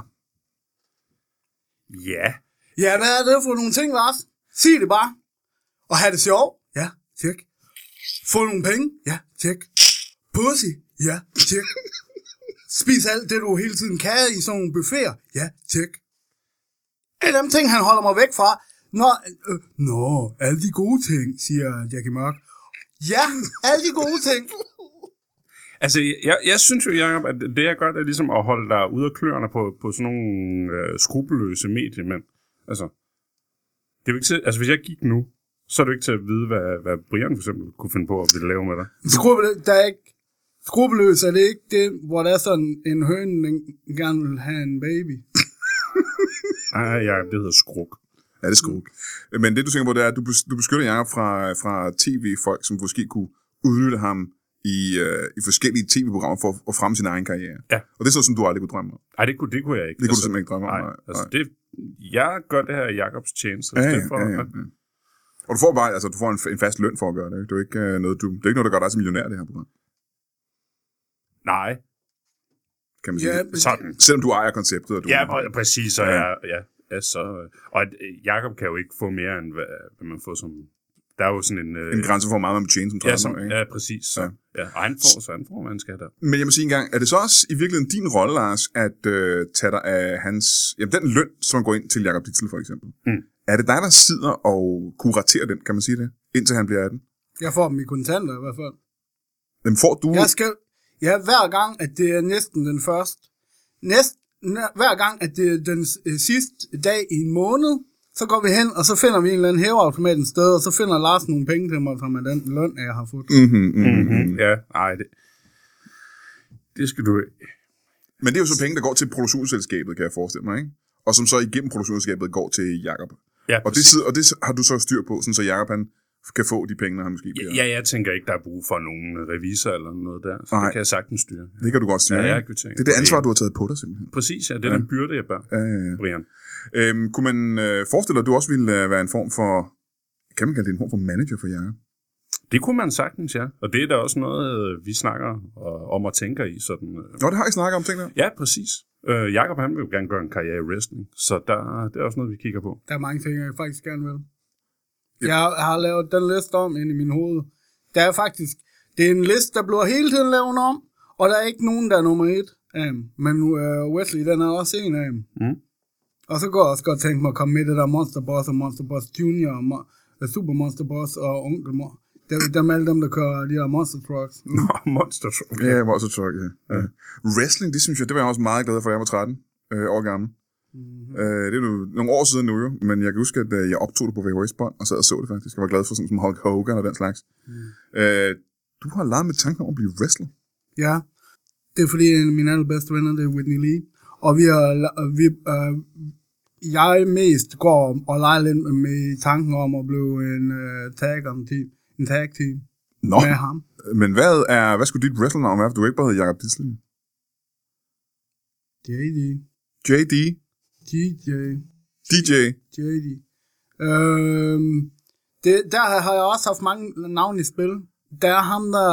Ja. Ja, hvad er det for nogle ting, Lars? Sig det bare. Og have det sjovt? Ja, tjek. Få nogle penge? Ja, tjek. Pussy? Ja, tjek. Spis alt det, du hele tiden kan i sådan nogle buffeter? Ja, tjek. Alle de ting, han holder mig væk fra. Nå, alle de gode ting, siger Jackie Mørk. Ja, alle de gode ting. Altså, jeg synes jo, Jacob, at det jeg gør, det er ligesom at holde dig ude af kløerne på sådan nogle skrupelløse mediemænd. Altså, det er jo ikke til, altså, hvis jeg gik nu, så er det jo ikke til at vide, hvad Brian for eksempel kunne finde på at ville lave med dig. Der er ikke skrupelløs, er det ikke det, hvor der er sådan en høne, den gerne vil have en baby? Nej, ja, det hedder skruk. Ja, det er skruk. Men det, du tænker på, det er, at du beskytter Jacob fra tv-folk, som måske kunne udnytte ham i forskellige tv-programmer for at fremme sin egen karriere. Ja. Og det er sådan, som du aldrig kunne drømme om. Nej, det kunne jeg ikke. Det kunne du simpelthen ikke drømme om. Nej, altså jeg gør det her i Jacobs tjeneste. Ja. Og du får bare, altså du får en fast løn for at gøre det. Ikke? Det er ikke noget, der gør dig som millionær, det her program. Nej. Kan man sige. Ja, sådan. Selvom du ejer konceptet. Og du præcis. Og så, og Jacob kan jo ikke få mere, end hvad man får som... Der er jo sådan en grænse for, hvor meget man må tjene som 13 år, ikke? Ja, præcis. Så. Ja. Og han får, hvad han skal der. Men jeg må sige engang, er det så også i virkeligheden din rolle, Lars, at tage dig af den løn, som går ind til Jacob Ditzel for eksempel? Er det dig, der sidder og kuraterer den, kan man sige det, indtil han bliver 18? Jeg får dem i kontanter i hvert fald. Dem får du? Ja, hver gang, at det er næsten den første. Hver gang, at det er den sidste dag i en måned, så går vi hen, og så finder vi en eller anden hæveautomat et sted, og så finder Lars nogle penge til mig, som er den løn, jeg har fået. Ja, nej, det skal du ikke. Men det er jo så penge, der går til produktionsselskabet, kan jeg forestille mig, ikke? Og som så igennem produktionsselskabet går til Jacob. Ja, og det har du så styr på, sådan så Jacob han kan få de penge, han måske bliver. Ja, jeg tænker ikke, der er brug for nogen revisor eller noget der. Så det kan jeg sagtens styre. Det kan du godt styre. Ja, det er det ansvar, du har taget på dig simpelthen. Præcis, ja. Det er den byrde, jeg bør, Brian. Kunne man forestille dig, at du også ville være en form for, kan man kalde det en form for manager for Jacob? Det kunne man sagtens, ja. Og det er da også noget, vi snakker om og tænker i. Sådan, Nå, det har I snakket om, tænker jeg. Ja, præcis. Jacob, han vil jo gerne gøre en karriere i wrestling, så det er også noget, vi kigger på. Der er mange ting, jeg faktisk gerne vil. Jeg har lavet den liste om ind i min hoved. Der er faktisk, det er en liste, der bliver hele tiden lavet om, og der er ikke nogen, der er nummer 1 af dem. Men Wesley, den er også en af dem. Og så går jeg også godt tænke mig at komme med det der Monster Boss og Monster Boss Junior og Super Monster Boss og Onkel Mor. Dem alle dem, der kører de der Monster Trucks. Nå, Monster Truck. Ja, Monster Truck, ja. Wrestling, det synes jeg, det var jeg også meget glad for, da jeg var 13 år gammel. Det er jo nogle år siden nu jo, men jeg kan huske, at jeg optog det på VHS-bånd og sad og så det faktisk. Jeg var glad for sådan som Hulk Hogan og den slags. Du har leget med tanken om at blive wrestler. Ja, det er fordi en af mine allerbedste venner, det er Whitney Lee. Og jeg mest går og leger lidt med tanken om at blive en tag team med ham. Men hvad skulle dit wrestlenavn være, for du ikke bare hedder Jakob Disling? JD. JD? DJ? JD. Der har jeg også haft mange navne i spil. Der er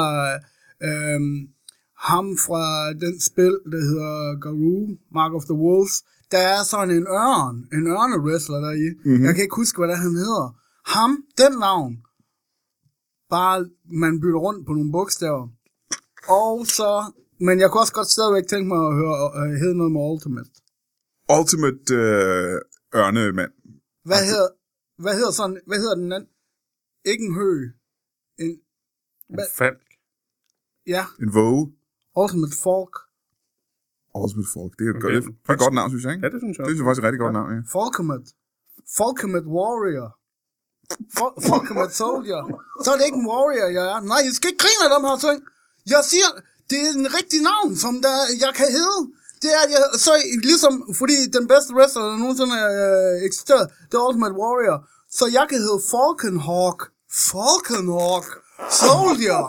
ham fra den spil, der hedder Garou, Mark of the Wolves. Der er sådan en ørne-wrestler deri. Mm-hmm. Jeg kan ikke huske, hvad han hedder. Ham, den navn. Bare, man bytter rundt på nogle bogstaver. Og så... Men jeg kunne også godt stadigvæk tænke mig at hedde noget med Ultimate. Ultimate ørnemand. Hvad hedder den anden? Ikke en høg. En falk. Ja. En våge. Ultimate Falk. Ultimate Falk. Det er et godt navn, synes jeg, ikke? Ja, det synes jeg. Det synes jeg faktisk er et rigtig godt navn, ja. Falcomet Warrior. Falcomet Soldier. Så er det ikke en warrior, jeg er. Nej, jeg skal ikke grine af dem her ting. Jeg siger, det er en rigtig navn, som jeg kan hedde. Det er, så ligesom, fordi den bedste wrestler, der nogensinde eksisteret, det er Ultimate Warrior. Så jeg kan hedde Falconhawk Soldier.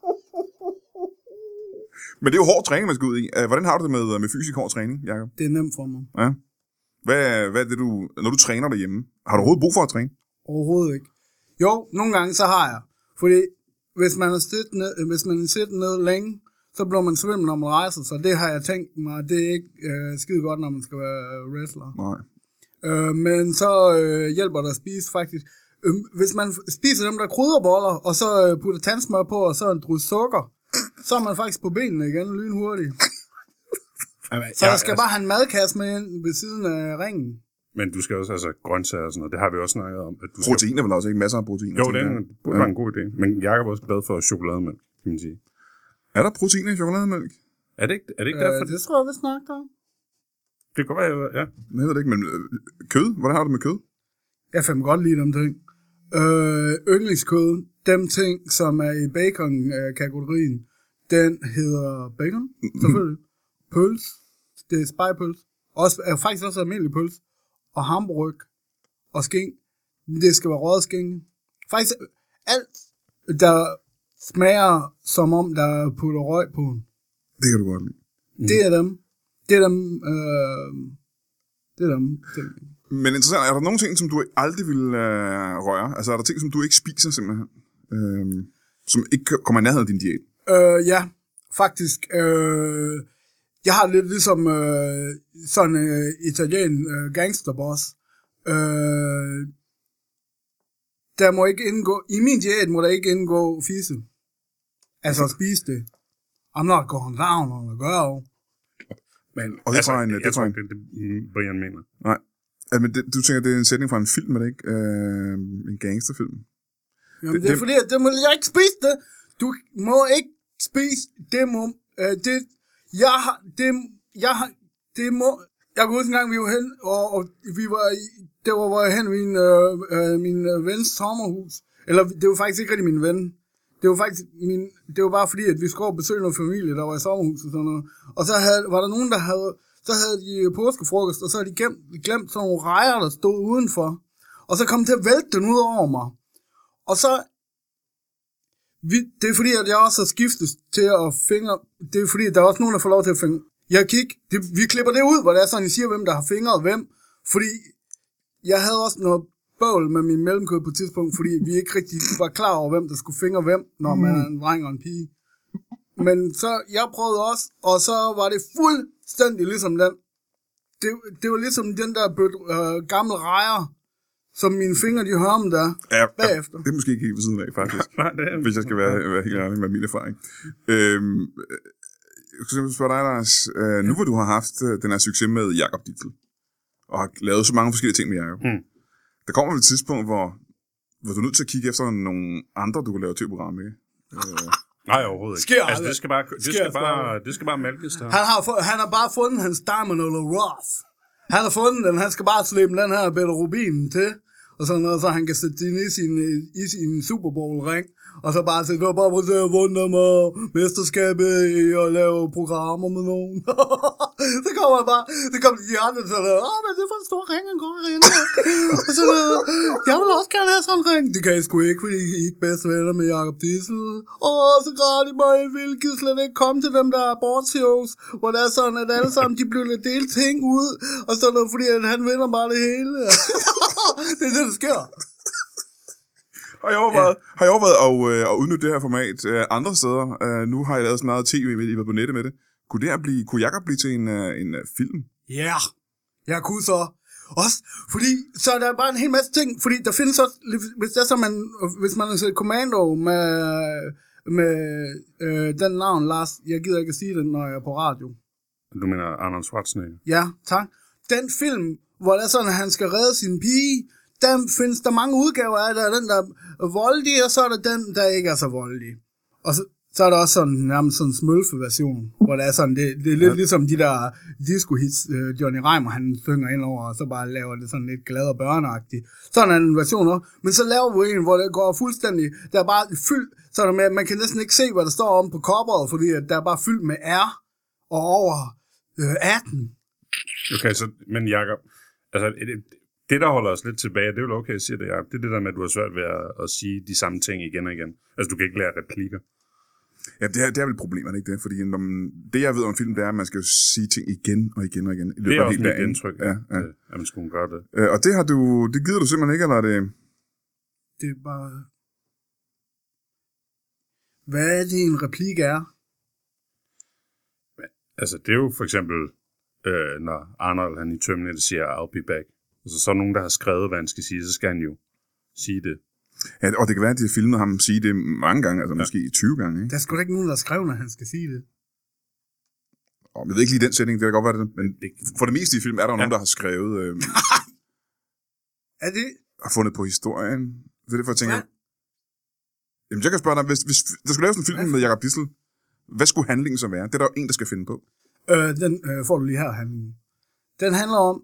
Men det er jo hård træning, man skal ud i. Hvordan har du det med fysisk hård træning, Jakob? Det er nemt for mig. Ja. Hvad er det, når du træner derhjemme? Har du overhovedet brug for at træne? Overhovedet ikke. Jo, nogle gange så har jeg. Fordi hvis man er siddet ned længe, så bliver man svimmel, når man rejser sig. Det har jeg tænkt mig, det er ikke skide godt, når man skal være wrestler. Nej. Men så hjælper det at spise faktisk. Hvis man spiser dem der krydderboller, og så putter tandsmør på, og så en drys sukker, så er man faktisk på benene igen lynhurtigt. Så jeg skal bare have en madkasse med ind ved siden af ringen. Men du skal også have grøntsager og sådan noget. Det har vi også snakket om. At du proteiner vel også, ikke? Masser af proteiner. Jo, det var en god idé. Men Jakob er også glad for chokolademælk, kan man sige. Er der proteiner i chokolademælk? Er det ikke derfor? Det tror jeg, vi snakker om. Det kan være, ja. Jeg ved det ikke, men kød? Hvordan har du det med kød? Jeg kan godt lide dem ting. Yndlingskød, dem ting, som er i bacon-kategorien, den hedder bacon, selvfølgelig. Pøls, det er spejepøls. Faktisk også almindelig pøls. Og hamburg og skink. Det skal være røget skink. Faktisk alt, der smager som om, der putter røg på. Det kan du godt lide. Det er dem. Det er dem. Men interessant, er der nogle ting, som du aldrig vil røre? Altså er der ting, som du ikke spiser simpelthen? Som ikke kommer i nærheden af din diæt? Ja, faktisk. Jeg har lidt ligesom sådan italien gangsterboss. Der må ikke indgå, i min diæt må der ikke indgå fisse. Altså at spise det. I'm not going down on the girl. Men og det tror jeg, det Brian mener. Nej. Men du tænker, det er en sætning fra en film, er det ikke? En gangsterfilm. Jamen, det er fordi, det må jeg ikke spise det. Du må ikke spise det. Jeg kunne huske en gang, vi var hen, og vi var jeg hen i min vens sommerhus. Eller det var faktisk ikke rigtig min ven. Det var bare fordi, at vi skulle over besøge noget familie, der var i sommerhus og sådan noget. Og så var der nogen, så havde de påskefrokost, og så havde de glemt sådan nogle rejer, der stod udenfor. Og så kom det til at vælte den ud over mig. Og så, det er fordi, at jeg også har skiftet til at fingre, det er fordi, at der er også nogen, der får lov til at fingre. Vi klipper det ud, hvor det er sådan, I siger, hvem der har fingret hvem. Fordi jeg havde også noget bøvl med min mellemkød på et tidspunkt, fordi vi ikke rigtig var klar over, hvem der skulle fingre hvem, når man er en dreng og en pige. Men så, jeg prøvede også, og så var det fuldstændig ligesom den. Det var ligesom den der gamle rejer, som mine fingre, de hører om der bagefter. Det er måske ikke helt ved siden af, faktisk. Nej, det er hvis jeg skal være helt ærlig med min erfaring. Jeg skal spørge dig, Lars. Nu hvor du har haft den her succes med Jakob Dittel, og har lavet så mange forskellige ting med Jakob, der kommer et tidspunkt, hvor du er nødt til at kigge efter nogle andre, du kan lave tv-program med. Nej, overhovedet ikke. Altså, det skal bare mælkes der. Han har bare fundet hans Diamond eller Roth. Han har fundet den, han skal bare slippe den her Better Rubin til. og sådan noget, så han kan sætte det ind i sin Super Bowl-ring, og så bare sige, det var bare for at vunde mig mesterskabet i at lave programmer med nogen. Så kommer han bare, så kommer de andre sådan noget, men det er for en stor ring, han går ind. Og så jeg vil også gerne have sådan en ring. Det kan jeg sgu ikke, fordi I er ikke bedste venner med Jacob Dissel. Så græder de mig, jeg vil slet ikke komme til dem der abortshows, hvor det er sådan, at alle sammen, de bliver delt ting ud, og sådan noget, fordi at han vinder bare det hele. Det er det, der sker. Har I overvejet at udnytte det her format andre steder? Nu har jeg lavet så meget tv, I var på nettet med det. Kunne Jacob blive til en film? Ja, jeg kunne så. Også fordi, så er der bare en hel masse ting, fordi der findes også, hvis man har set Commando med den navn, Lars, jeg gider ikke at sige det, når jeg er på radio. Du mener Arnold Schwarzenegger? Ja, tak. Den film, hvor det er sådan, at han skal redde sin pige, der findes der mange udgaver af. Der er den, der er voldig, og så er der den, der ikke er så voldig. Og så er der også sådan nærmest sådan en smølfe-version, hvor det er sådan, det er lidt ligesom de der disco-hits, Johnny Reimer, han synger ind over, og så bare laver det sådan lidt glad og børneagtigt. Sådan er en version også. Men så laver vi en, hvor det går fuldstændig, der er bare fyldt, så der med, man kan næsten ikke se, hvad der står om på coveret, fordi der er bare fyldt med R og over 18. Okay, så, men Jacob, altså, det der holder os lidt tilbage, det er jo okay at sige det, Jacob. Det er det der med, at du har svært ved at sige de samme ting igen og igen. Altså, du kan ikke lære replikker. Ja, det er vel problemerne, ikke det? Fordi det, jeg ved om film, det er, at man skal jo sige ting igen og igen og igen. Det er også mit indtryk, at man skulle gøre det. Og det gider du simpelthen ikke, eller er det? Det er bare... Hvad er det, en replik er? Altså, det er jo for eksempel, når Arnold, han i Terminator siger, I'll be back. Altså, så er nogen, der har skrevet, hvad han skal sige, så skal han jo sige det. Ja, og det kan være, at de har filmet ham sige det mange gange, altså måske 20 gange, ikke? Der er sgu da ikke nogen, der har skrevet, når han skal sige det. Jeg ved ikke lige den sætning, det kan godt være det, men for det meste i film er der jo nogen, der har skrevet... Er det? Har fundet på historien. Det er det, for jeg tænker... Jamen, jeg kan spørge dig, hvis der skulle laves en film med Jacob Dissel, hvad skulle handlingen så være? Det er der jo en, der skal finde på. Den får du lige her, handlingen. Den handler om,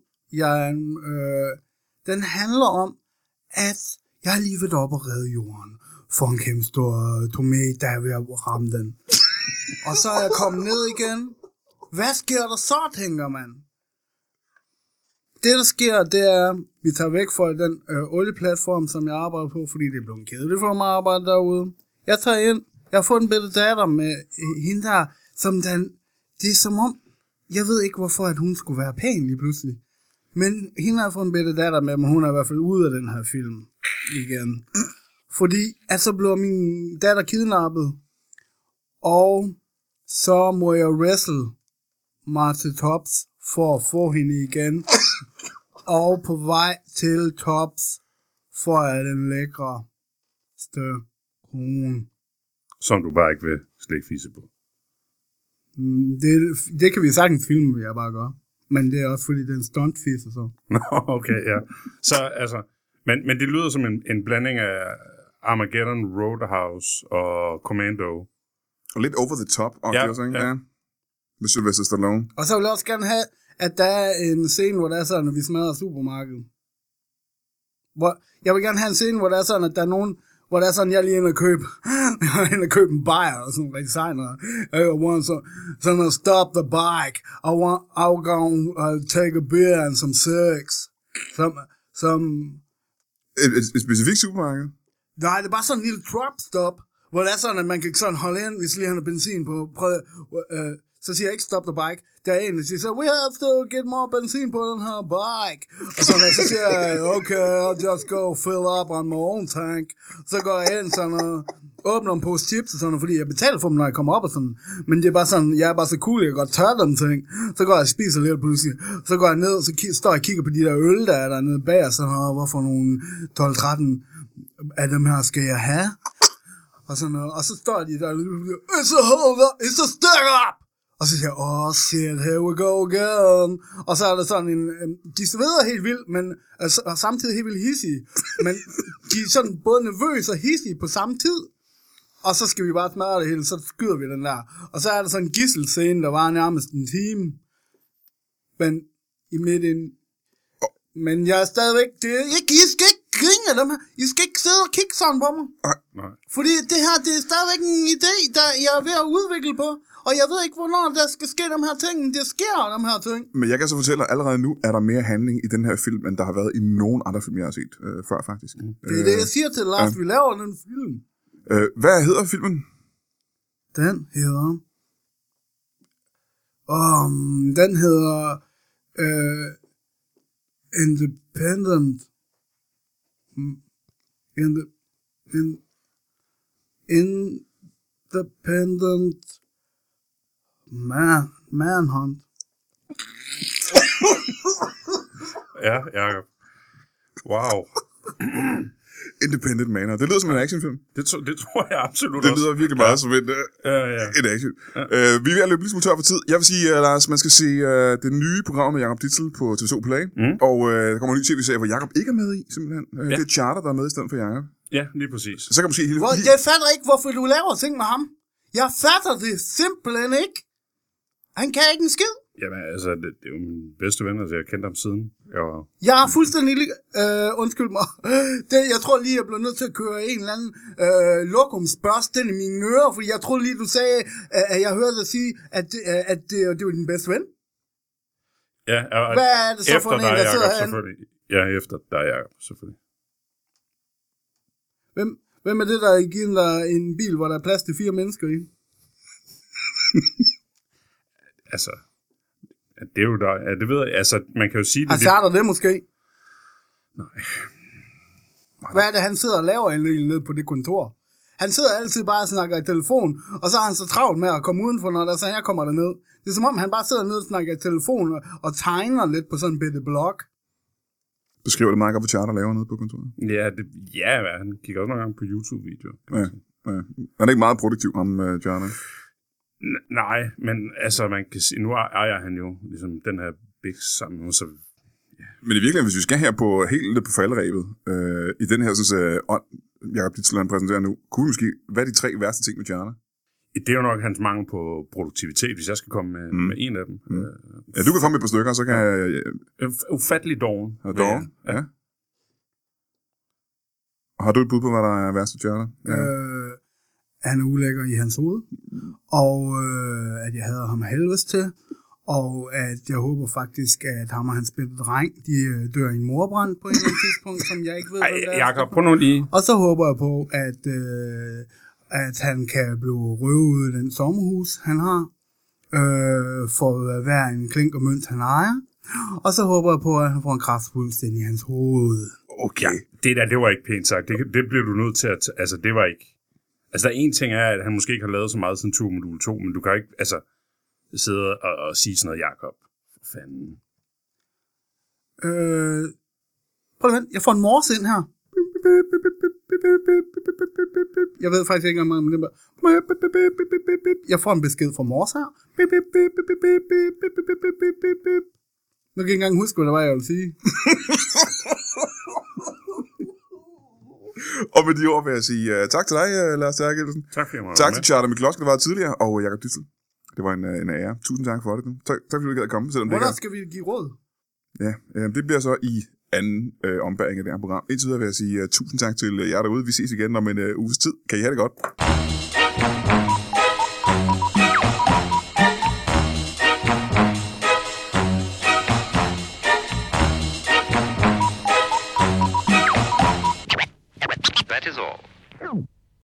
at jeg har lige været op og redde jorden for en kæmpe stor tomat, der er ved at ramme den. Og så er jeg kommet ned igen. Hvad sker der så, tænker man? Det, der sker, det er, vi tager væk fra den olieplatform, som jeg arbejder på, fordi det er blevet kedeligt for mig at arbejde derude. Jeg tager ind. Jeg har fået en bedre datter med hende der, som den... Det er som om... Jeg ved ikke, hvorfor at hun skulle være pæn lige pludselig. Men hende har fået en bedre datter med, men hun er i hvert fald ude af den her film igen. Fordi at så blev min datter kidnappet, og så må jeg wrestle mig til tops for at få hende igen. Og på vej til tops får jeg den lækreste kone. Som du bare ikke vil slække fisse på. Det kan vi sagtens filme, vil jeg bare gøre. Men det er også fordi, det er en stuntfis og så. Nå, okay, ja. Så altså, men det lyder som en blanding af Armageddon, Roadhouse og Commando. Og lidt over the top, og det også, ikke? Ja. Med Sylvester Stallone. Og så vil jeg også gerne have, at der er en scene, hvor der er sådan, at vi smadrer supermarkedet. Jeg vil gerne have en scene, hvor der er sådan, at der er nogen, hvor der er sådan, jeg er lige inde og købe en bajer, og sådan rigtig sejner. I want to stop the bike. I'll go take a beer and some sex. Et specifikt supermarked? Nej, det er bare sådan en lille truck stop, hvor det er sådan, at man kan sådan holde ind, hvis lige han har benzin på. Så siger jeg ikke stop the bike. Der er en, der siger så, we have to get more benzin på den her bike. Og så siger jeg, okay, I'll just go fill up on my own tank. Så går jeg ind sådan og åbner en pose chips og sådan, fordi jeg betaler for dem, når jeg kommer op og sådan. Men det er bare sådan, jeg er bare så cool, jeg kan godt tørre dem ting. Så går jeg og spiser lidt pludselig. Så går jeg ned, og så står jeg og kigger på de der øl, der er dernede bag, og sådan, hvorfor nogle 12-13 af dem her skal jeg have? Og sådan noget. Og så står de der, it's a stick up! Og så siger jeg, shit, here we go again. Og så er der sådan de sveder helt vildt, men og samtidig helt vildt hissige. Men de er sådan både nervøse og hissige på samme tid. Og så skal vi bare smadre det hele, så skyder vi den der. Og så er der sådan en gisselscene, der var nærmest en time. Men i midten. Men jeg er stadigvæk, I skal ikke grine af dem her. I skal ikke sidde og kigge sådan på mig. Nej. Fordi det her, det er stadigvæk en idé, der jeg er ved at udvikle på. Og jeg ved ikke, hvornår der skal ske de her ting. Det sker de her ting. Men jeg kan så fortælle, at allerede nu er der mere handling i den her film, end der har været i nogen andre film, jeg har set før, faktisk. Det er det, jeg siger til Lars. Vi laver den film. Hvad hedder filmen? Den hedder... den hedder... Independent... Independent... Manhunt. Ja, Jacob. Wow. Independent Manhunt. Det lyder som en actionfilm. Det tror jeg absolut det også. lyder virkelig meget som en action. Ja. Vi er ved at løbe lidt smule tør for tid. Jeg vil sige, Lars, man skal se det nye program med Jacob Ditzel på TV2 Play. Og der kommer en ny tv-serie, hvor Jacob ikke er med i, simpelthen. Det er Charter, der er med i stedet for Jacob. Ja, lige præcis. Så kan måske Jeg fatter ikke, hvorfor du laver ting med ham. Jeg fatter det simpelthen ikke. Han kan ikke en skid. Jamen, altså, det er jo min bedste ven, altså, jeg har kendt ham siden. Jeg har fuldstændig undskyld mig. Jeg tror lige, jeg blev nødt til at køre en eller anden lokumsbørst ind i mine ører, fordi jeg troede lige, du sagde, at jeg hørte dig sige, at det var din bedste ven. Ja, og hvad er det så for en, der sidder herinde? Ja, efter dig, Jacob, selvfølgelig. Hvem er det, der har givet dig en bil, hvor der er plads til 4 mennesker i? Altså, det er jo der. Ja, det ved jeg. Altså, man kan jo sige det. Altså, er der det måske? Nej. Hvad er det, han sidder og laver nede på det kontor? Han sidder altid bare og snakker i telefon, og så har han så travlt med at komme udenfor, når der så jeg kommer derned. Det er som om, han bare sidder nede og snakker i telefon og tegner lidt på sådan en bitte blog. Beskriver det meget godt, hvad Charter laver nede på kontoret? Ja, han kigger også nogle gange på YouTube-videoer. Ja. Han er ikke meget produktiv, ham Charter. Nej, men altså, man kan sige, nu ejer han jo ligesom den her big sammen. Så, ja. Men i virkeligheden, hvis vi skal her på helt på falderæbet, i den her ånd, Jacob Ditzel præsenterer nu, kunne vi måske, hvad er de 3 værste ting med Charter? Det er jo nok hans mangel på produktivitet, hvis jeg skal komme med en af dem. Ja, du kan komme med et par stykker, så kan jeg... Ufattelig doven. Doven, ja. Har du et bud på, hvad der er værst ved Charter? Ja. Han er ulækker i hans hoved, og at jeg havde ham helvedes til, og at jeg håber faktisk, at ham og hans bedre dreng, de dør i en morbrand på et eller andet tidspunkt, som jeg ikke ved, hvad det er. Jacob, prøv nu lige. Og så håber jeg på, at han kan blive røvet ud af den sommerhus, han har, for hver en klink og mønt, han ejer. Og så håber jeg på, at han får en kraftpuls ind i hans hoved. Okay. Ja, det var ikke pænt sagt. Det bliver du nødt til at... Altså, det var ikke... Altså, der er en ting er, at han måske ikke har lavet så meget siden Modul 2, men du kan ikke, altså, sidde og sige sådan noget, Jacob. For fanden. Prøv at vente, jeg får en morse ind her. Jeg ved faktisk ikke, om det er... Jeg får en besked fra morse her. Nu kan jeg ikke engang huske, hvad der var, jeg ville sige. Og med de ord vil jeg sige tak til dig, Lars Terkelsen. Tak for jer. Tak til Charter McCloskey, der var tidligere, og Jacob Ditzel. Det var en ære. Tusind tak for det. Tak fordi du gad at komme. Hvordan skal vi give råd? Ja, det bliver så i anden ombæring af det her program. Indtil videre vil jeg sige tusind tak til jer derude. Vi ses igen om en uges tid. Kan I have det godt?